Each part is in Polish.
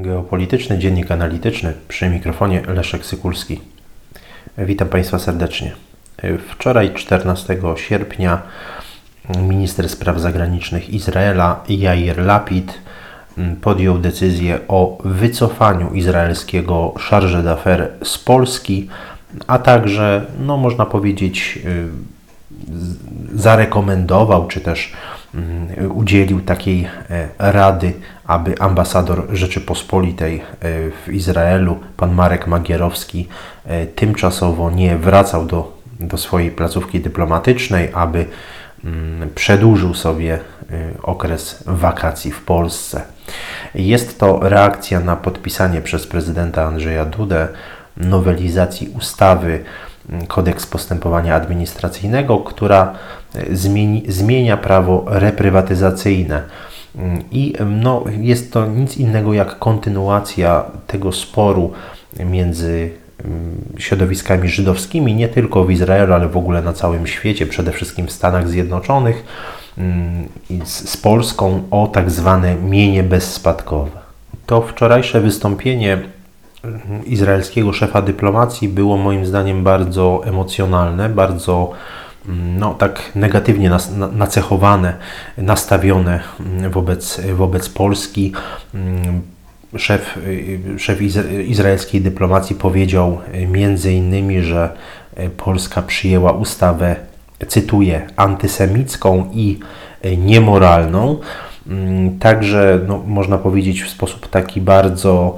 Geopolityczny Dziennik Analityczny, przy mikrofonie Leszek Sykulski. Witam Państwa serdecznie. Wczoraj, 14 sierpnia, minister spraw zagranicznych Izraela Yair Lapid podjął decyzję o wycofaniu izraelskiego chargé d'affaires z Polski, a także, można powiedzieć, zarekomendował, czy też udzielił takiej rady, aby ambasador Rzeczypospolitej w Izraelu, pan Marek Magierowski, tymczasowo nie wracał do swojej placówki dyplomatycznej, aby przedłużył sobie okres wakacji w Polsce. Jest to reakcja na podpisanie przez prezydenta Andrzeja Dudę nowelizacji ustawy Kodeks Postępowania Administracyjnego, która zmienia prawo reprywatyzacyjne. I jest to nic innego jak kontynuacja tego sporu między środowiskami żydowskimi, nie tylko w Izraelu, ale w ogóle na całym świecie, przede wszystkim w Stanach Zjednoczonych, z Polską o tak zwane mienie bezspadkowe. To wczorajsze wystąpienie izraelskiego szefa dyplomacji było moim zdaniem bardzo emocjonalne, bardzo tak negatywnie nacechowane, nastawione wobec Polski. Szef izraelskiej dyplomacji powiedział między innymi, że Polska przyjęła ustawę, cytuję, antysemicką i niemoralną. Także można powiedzieć w sposób taki bardzo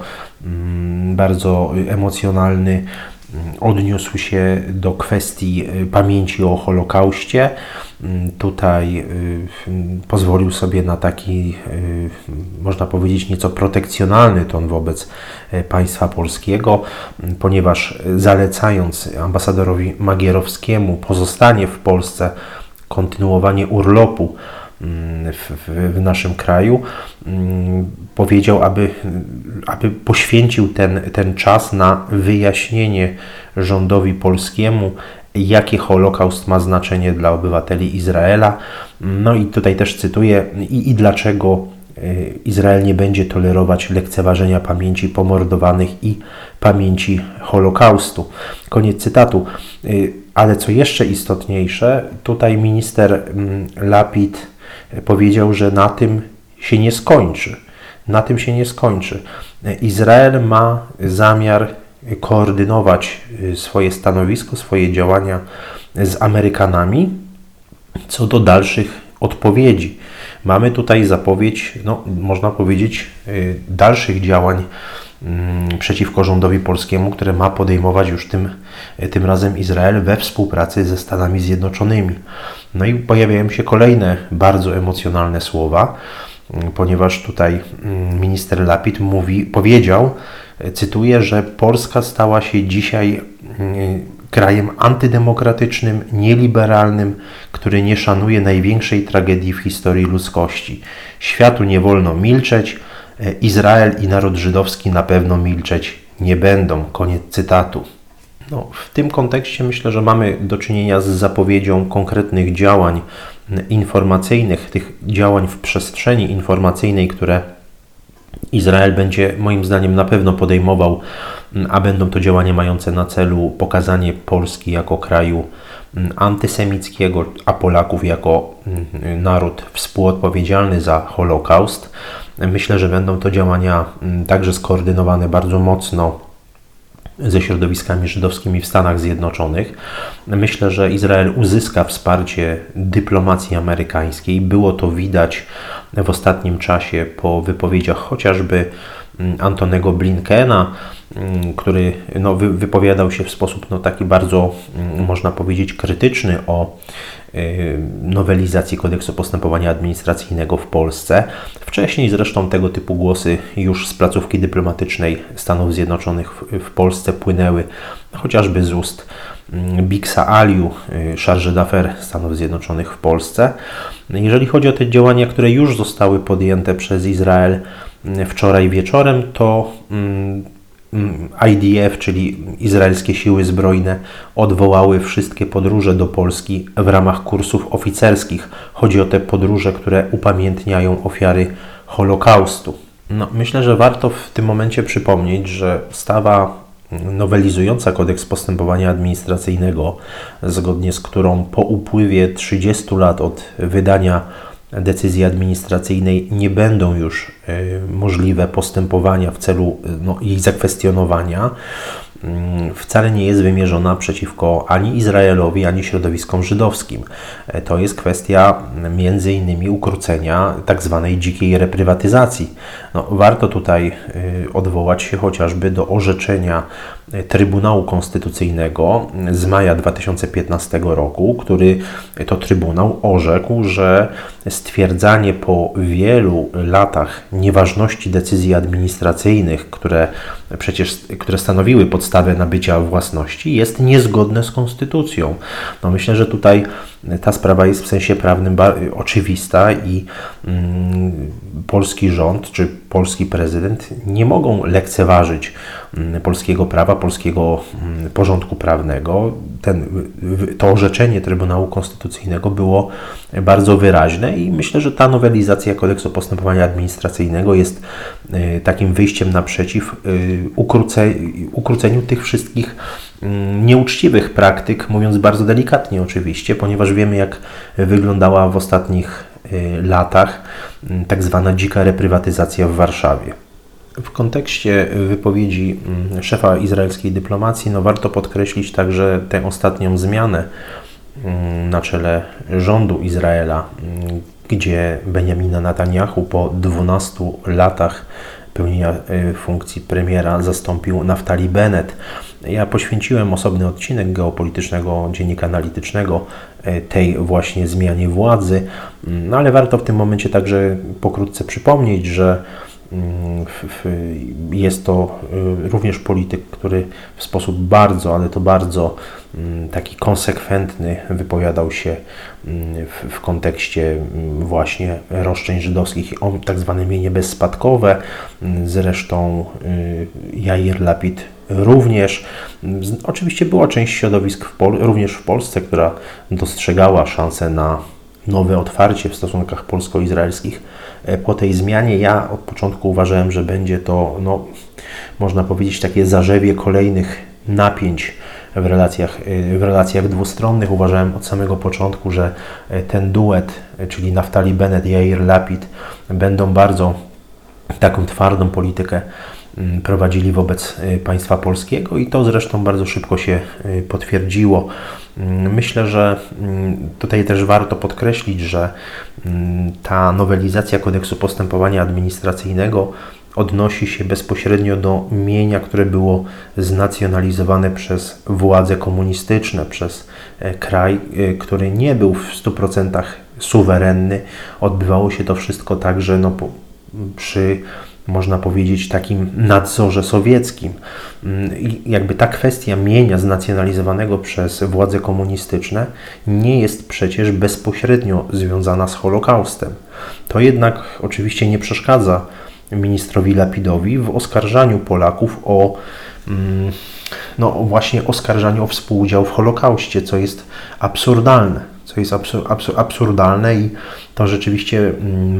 emocjonalny odniósł się do kwestii pamięci o Holokauście. Tutaj pozwolił sobie na taki, można powiedzieć, nieco protekcjonalny ton wobec państwa polskiego, ponieważ zalecając ambasadorowi Magierowskiemu pozostanie w Polsce, kontynuowanie urlopu w naszym kraju, powiedział, aby poświęcił ten czas na wyjaśnienie rządowi polskiemu, jakie Holokaust ma znaczenie dla obywateli Izraela. I tutaj też cytuję, i dlaczego Izrael nie będzie tolerować lekceważenia pamięci pomordowanych i pamięci Holokaustu. Koniec cytatu. Ale co jeszcze istotniejsze, tutaj minister Lapid powiedział, że na tym się nie skończy. Na tym się nie skończy. Izrael ma zamiar koordynować swoje stanowisko, swoje działania z Amerykanami co do dalszych odpowiedzi. Mamy tutaj zapowiedź, można powiedzieć, dalszych działań przeciwko rządowi polskiemu, które ma podejmować już tym razem Izrael we współpracy ze Stanami Zjednoczonymi. I pojawiają się kolejne bardzo emocjonalne słowa, ponieważ tutaj minister Lapid powiedział, cytuję, że Polska stała się dzisiaj krajem antydemokratycznym, nieliberalnym, który nie szanuje największej tragedii w historii ludzkości. Światu nie wolno milczeć, Izrael i naród żydowski na pewno milczeć nie będą. Koniec cytatu. W tym kontekście myślę, że mamy do czynienia z zapowiedzią konkretnych działań informacyjnych, tych działań w przestrzeni informacyjnej, które Izrael będzie moim zdaniem na pewno podejmował, a będą to działania mające na celu pokazanie Polski jako kraju antysemickiego, a Polaków jako naród współodpowiedzialny za Holokaust. Myślę, że będą to działania także skoordynowane bardzo mocno ze środowiskami żydowskimi w Stanach Zjednoczonych. Myślę, że Izrael uzyska wsparcie dyplomacji amerykańskiej. Było to widać w ostatnim czasie po wypowiedziach chociażby Antonego Blinkena, który wypowiadał się w sposób taki bardzo, można powiedzieć, krytyczny o nowelizacji Kodeksu Postępowania Administracyjnego w Polsce. Wcześniej zresztą tego typu głosy już z placówki dyplomatycznej Stanów Zjednoczonych w Polsce płynęły, chociażby z ust Bigsa Aliu, chargé d'affaires Stanów Zjednoczonych w Polsce. Jeżeli chodzi o te działania, które już zostały podjęte przez Izrael wczoraj wieczorem, to IDF, czyli Izraelskie Siły Zbrojne, odwołały wszystkie podróże do Polski w ramach kursów oficerskich. Chodzi o te podróże, które upamiętniają ofiary Holokaustu. No, myślę, że warto w tym momencie przypomnieć, że ustawa nowelizująca Kodeks Postępowania Administracyjnego, zgodnie z którą po upływie 30 lat od wydania decyzji administracyjnej nie będą już możliwe postępowania w celu jej zakwestionowania, wcale nie jest wymierzona przeciwko ani Izraelowi, ani środowiskom żydowskim. To jest kwestia między innymi ukrócenia tak zwanej dzikiej reprywatyzacji. Warto tutaj odwołać się chociażby do orzeczenia Trybunału Konstytucyjnego z maja 2015 roku, który to Trybunał orzekł, że stwierdzanie po wielu latach nieważności decyzji administracyjnych, które stanowiły podstawę nabycia własności, jest niezgodne z konstytucją. Myślę, że tutaj ta sprawa jest w sensie prawnym oczywista i polski rząd czy polski prezydent nie mogą lekceważyć polskiego prawa, polskiego porządku prawnego. To orzeczenie Trybunału Konstytucyjnego było bardzo wyraźne i myślę, że ta nowelizacja Kodeksu Postępowania Administracyjnego jest takim wyjściem naprzeciw ukróceniu tych wszystkich nieuczciwych praktyk, mówiąc bardzo delikatnie oczywiście, ponieważ wiemy, jak wyglądała w ostatnich latach tak zwana dzika reprywatyzacja w Warszawie. W kontekście wypowiedzi szefa izraelskiej dyplomacji warto podkreślić także tę ostatnią zmianę na czele rządu Izraela, gdzie Benjamina Netanjahu po 12 latach pełnienia funkcji premiera zastąpił Naftali Bennett. Ja poświęciłem osobny odcinek geopolitycznego dziennika analitycznego tej właśnie zmianie władzy, ale warto w tym momencie także pokrótce przypomnieć, że jest to również polityk, który w sposób bardzo, ale to bardzo taki konsekwentny wypowiadał się w kontekście właśnie roszczeń żydowskich o tak zwane mienie bezspadkowe. Zresztą Jair Lapid również. Oczywiście była część środowisk również w Polsce, która dostrzegała szansę na nowe otwarcie w stosunkach polsko-izraelskich po tej zmianie. Ja od początku uważałem, że będzie to, można powiedzieć, takie zarzewie kolejnych napięć w relacjach dwustronnych. Uważałem od samego początku, że ten duet, czyli Naftali Bennett i Jair Lapid, będą bardzo taką twardą politykę prowadzili wobec państwa polskiego i to zresztą bardzo szybko się potwierdziło. Myślę, że tutaj też warto podkreślić, że ta nowelizacja Kodeksu Postępowania Administracyjnego odnosi się bezpośrednio do mienia, które było znacjonalizowane przez władze komunistyczne, przez kraj, który nie był w 100% suwerenny. Odbywało się to wszystko także przy, można powiedzieć, takim nadzorze sowieckim. I jakby ta kwestia mienia znacjonalizowanego przez władze komunistyczne nie jest przecież bezpośrednio związana z Holokaustem. To jednak oczywiście nie przeszkadza ministrowi Lapidowi w oskarżaniu Polaków o właśnie oskarżaniu o współudział w Holokauście, co jest absurdalne. Absurdalne i to rzeczywiście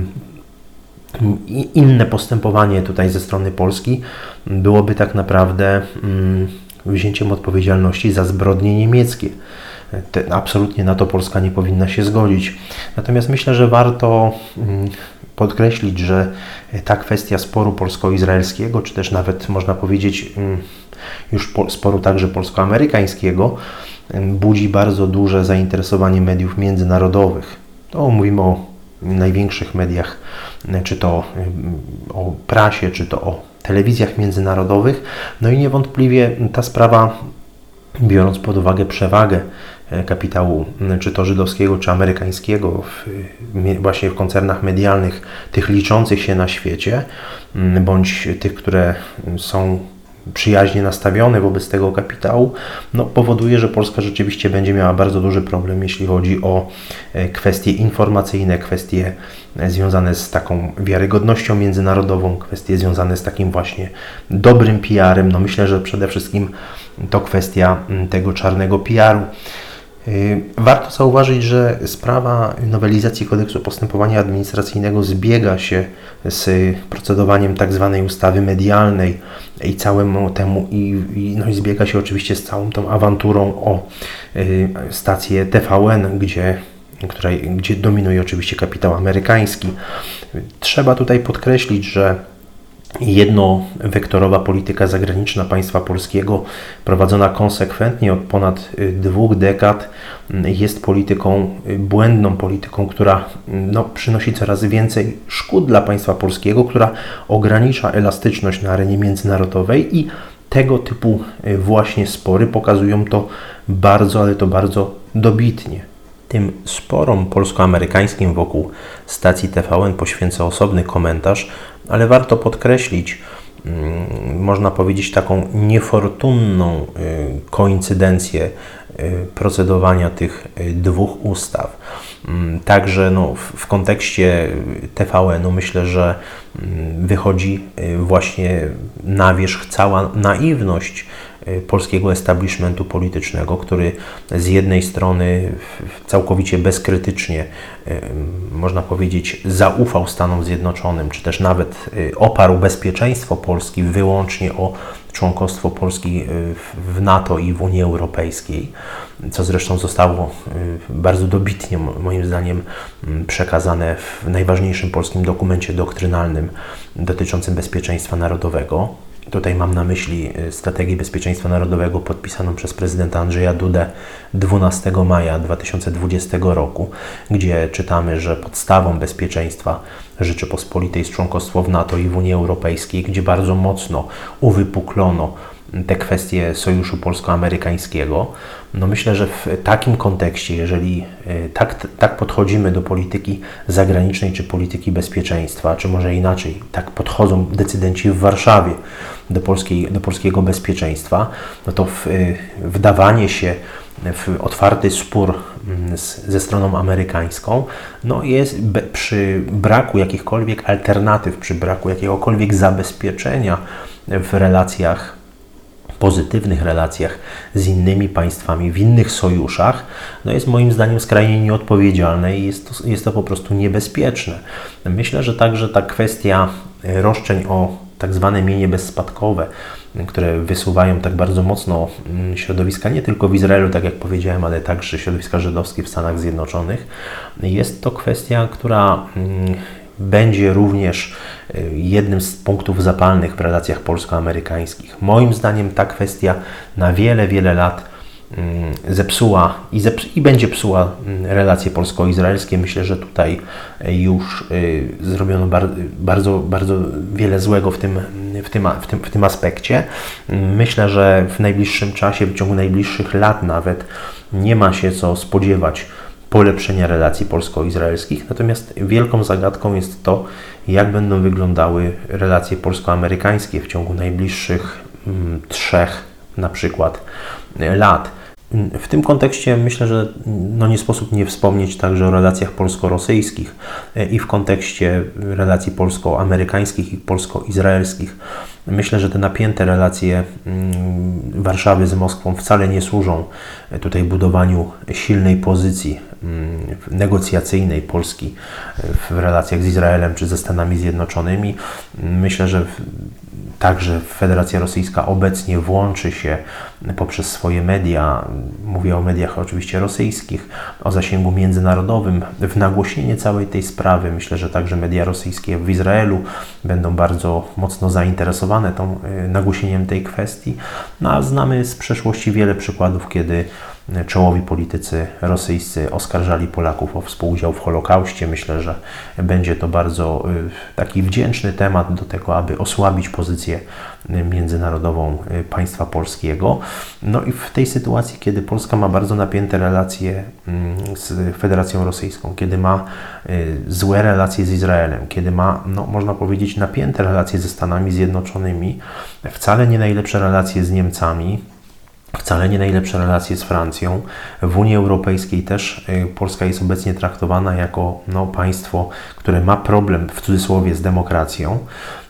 inne postępowanie tutaj ze strony Polski byłoby tak naprawdę wzięciem odpowiedzialności za zbrodnie niemieckie. Absolutnie na to Polska nie powinna się zgodzić. Natomiast myślę, że warto podkreślić, że ta kwestia sporu polsko-izraelskiego, czy też nawet można powiedzieć już sporu także polsko-amerykańskiego, budzi bardzo duże zainteresowanie mediów międzynarodowych. To mówimy o największych mediach, czy to o prasie, czy to o telewizjach międzynarodowych. I niewątpliwie ta sprawa, biorąc pod uwagę przewagę kapitału, czy to żydowskiego, czy amerykańskiego, właśnie w koncernach medialnych, tych liczących się na świecie, bądź tych, które są przyjaźnie nastawione wobec tego kapitału, powoduje, że Polska rzeczywiście będzie miała bardzo duży problem, jeśli chodzi o kwestie informacyjne, kwestie związane z taką wiarygodnością międzynarodową, kwestie związane z takim właśnie dobrym PR-em. Myślę, że przede wszystkim to kwestia tego czarnego PR-u. Warto zauważyć, że sprawa nowelizacji Kodeksu Postępowania Administracyjnego zbiega się z procedowaniem tzw. ustawy medialnej i całemu temu i zbiega się oczywiście z całą tą awanturą o stację TVN, gdzie dominuje oczywiście kapitał amerykański. Trzeba tutaj podkreślić, że jednowektorowa polityka zagraniczna państwa polskiego, prowadzona konsekwentnie od ponad 2 dekad, jest błędną polityką, która przynosi coraz więcej szkód dla państwa polskiego, która ogranicza elastyczność na arenie międzynarodowej i tego typu właśnie spory pokazują to bardzo, ale to bardzo dobitnie. Tym sporom polsko-amerykańskim wokół stacji TVN poświęcę osobny komentarz, ale warto podkreślić, można powiedzieć, taką niefortunną koincydencję procedowania tych 2 ustaw. Także w kontekście TVN-u myślę, że wychodzi właśnie na wierzch cała naiwność polskiego establishmentu politycznego, który z jednej strony całkowicie bezkrytycznie, można powiedzieć, zaufał Stanom Zjednoczonym, czy też nawet oparł bezpieczeństwo Polski wyłącznie o członkostwo Polski w NATO i w Unii Europejskiej, co zresztą zostało bardzo dobitnie, moim zdaniem, przekazane w najważniejszym polskim dokumencie doktrynalnym dotyczącym bezpieczeństwa narodowego. Tutaj mam na myśli Strategię Bezpieczeństwa Narodowego podpisaną przez prezydenta Andrzeja Dudę 12 maja 2020 roku, gdzie czytamy, że podstawą bezpieczeństwa Rzeczypospolitej jest członkostwo w NATO i w Unii Europejskiej, gdzie bardzo mocno uwypuklono te kwestie sojuszu polsko-amerykańskiego. Myślę, że w takim kontekście, jeżeli tak podchodzimy do polityki zagranicznej czy polityki bezpieczeństwa, czy może inaczej, tak podchodzą decydenci w Warszawie do polskiego bezpieczeństwa, to wdawanie się w otwarty spór ze stroną amerykańską jest przy braku jakichkolwiek alternatyw, przy braku jakiegokolwiek zabezpieczenia w relacjach, pozytywnych relacjach z innymi państwami, w innych sojuszach, jest moim zdaniem skrajnie nieodpowiedzialne i jest to po prostu niebezpieczne. Myślę, że także ta kwestia roszczeń o tak zwane mienie bezspadkowe, które wysuwają tak bardzo mocno środowiska nie tylko w Izraelu, tak jak powiedziałem, ale także środowiska żydowskie w Stanach Zjednoczonych, jest to kwestia, która będzie również jednym z punktów zapalnych w relacjach polsko-amerykańskich. Moim zdaniem ta kwestia na wiele, wiele lat zepsuła i będzie psuła relacje polsko-izraelskie. Myślę, że tutaj już zrobiono bardzo, bardzo wiele złego w tym aspekcie. Myślę, że w najbliższym czasie, w ciągu najbliższych lat nawet, nie ma się co spodziewać polepszenia relacji polsko-izraelskich, natomiast wielką zagadką jest to, jak będą wyglądały relacje polsko-amerykańskie w ciągu najbliższych 3 na przykład lat. W tym kontekście myślę, że nie sposób nie wspomnieć także o relacjach polsko-rosyjskich i w kontekście relacji polsko-amerykańskich i polsko-izraelskich. Myślę, że te napięte relacje Warszawy z Moskwą wcale nie służą tutaj budowaniu silnej pozycji negocjacyjnej Polski w relacjach z Izraelem czy ze Stanami Zjednoczonymi. Myślę, że także Federacja Rosyjska obecnie włączy się poprzez swoje media, mówię o mediach oczywiście rosyjskich, o zasięgu międzynarodowym, w nagłośnienie całej tej sprawy. Myślę, że także media rosyjskie w Izraelu będą bardzo mocno zainteresowane nagłośnieniem tej kwestii. A znamy z przeszłości wiele przykładów, kiedy czołowi politycy rosyjscy oskarżali Polaków o współudział w Holokauście. Myślę, że będzie to bardzo taki wdzięczny temat do tego, aby osłabić pozycję międzynarodową państwa polskiego. I w tej sytuacji, kiedy Polska ma bardzo napięte relacje z Federacją Rosyjską, kiedy ma złe relacje z Izraelem, kiedy ma, można powiedzieć, napięte relacje ze Stanami Zjednoczonymi, wcale nie najlepsze relacje z Niemcami, wcale nie najlepsze relacje z Francją. W Unii Europejskiej też Polska jest obecnie traktowana jako państwo, które ma problem w cudzysłowie z demokracją.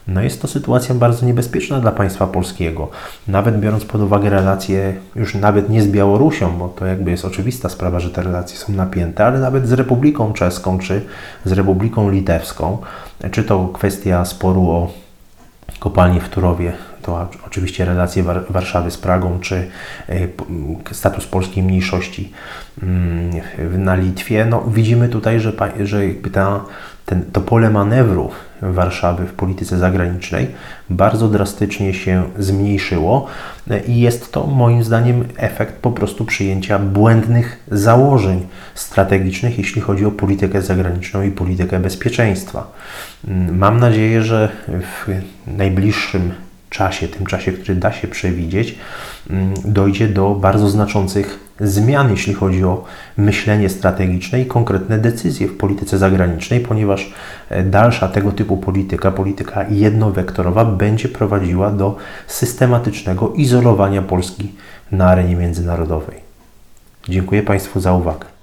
No jest to sytuacja bardzo niebezpieczna dla państwa polskiego. Nawet biorąc pod uwagę relacje już nawet nie z Białorusią, bo to jakby jest oczywista sprawa, że te relacje są napięte, ale nawet z Republiką Czeską czy z Republiką Litewską, czy to kwestia sporu o kopalnię w Turowie, to oczywiście relacje Warszawy z Pragą, czy status polskiej mniejszości na Litwie. No, widzimy tutaj, że jakby to pole manewru Warszawy w polityce zagranicznej bardzo drastycznie się zmniejszyło i jest to moim zdaniem efekt po prostu przyjęcia błędnych założeń strategicznych, jeśli chodzi o politykę zagraniczną i politykę bezpieczeństwa. Mam nadzieję, że w najbliższym czasie, tym czasie, który da się przewidzieć, dojdzie do bardzo znaczących zmian, jeśli chodzi o myślenie strategiczne i konkretne decyzje w polityce zagranicznej, ponieważ dalsza tego typu polityka jednowektorowa będzie prowadziła do systematycznego izolowania Polski na arenie międzynarodowej. Dziękuję Państwu za uwagę.